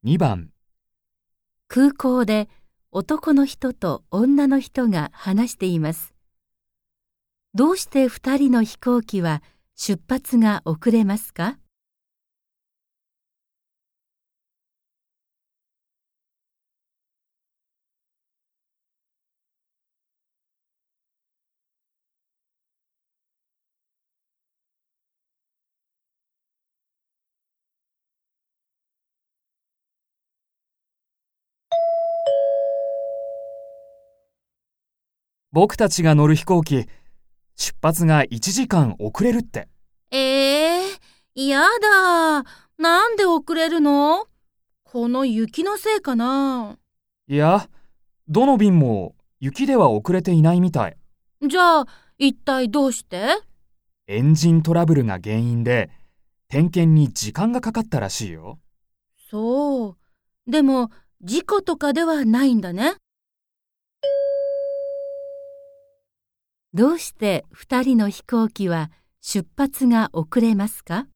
2番、 空港で男の人と女の人が話しています。どうして2人の飛行機は出発が遅れますか？ 僕たちが乗る飛行機、出発が1時間遅れるって。 やだ。なんで遅れるの？この雪のせいかな？ いや、どの便も雪では遅れていないみたい。 じゃあ、一体どうして？ エンジントラブルが原因で、点検に時間がかかったらしいよ。 そう。でも、事故とかではないんだね。どうして2人の飛行機は出発が遅れますか？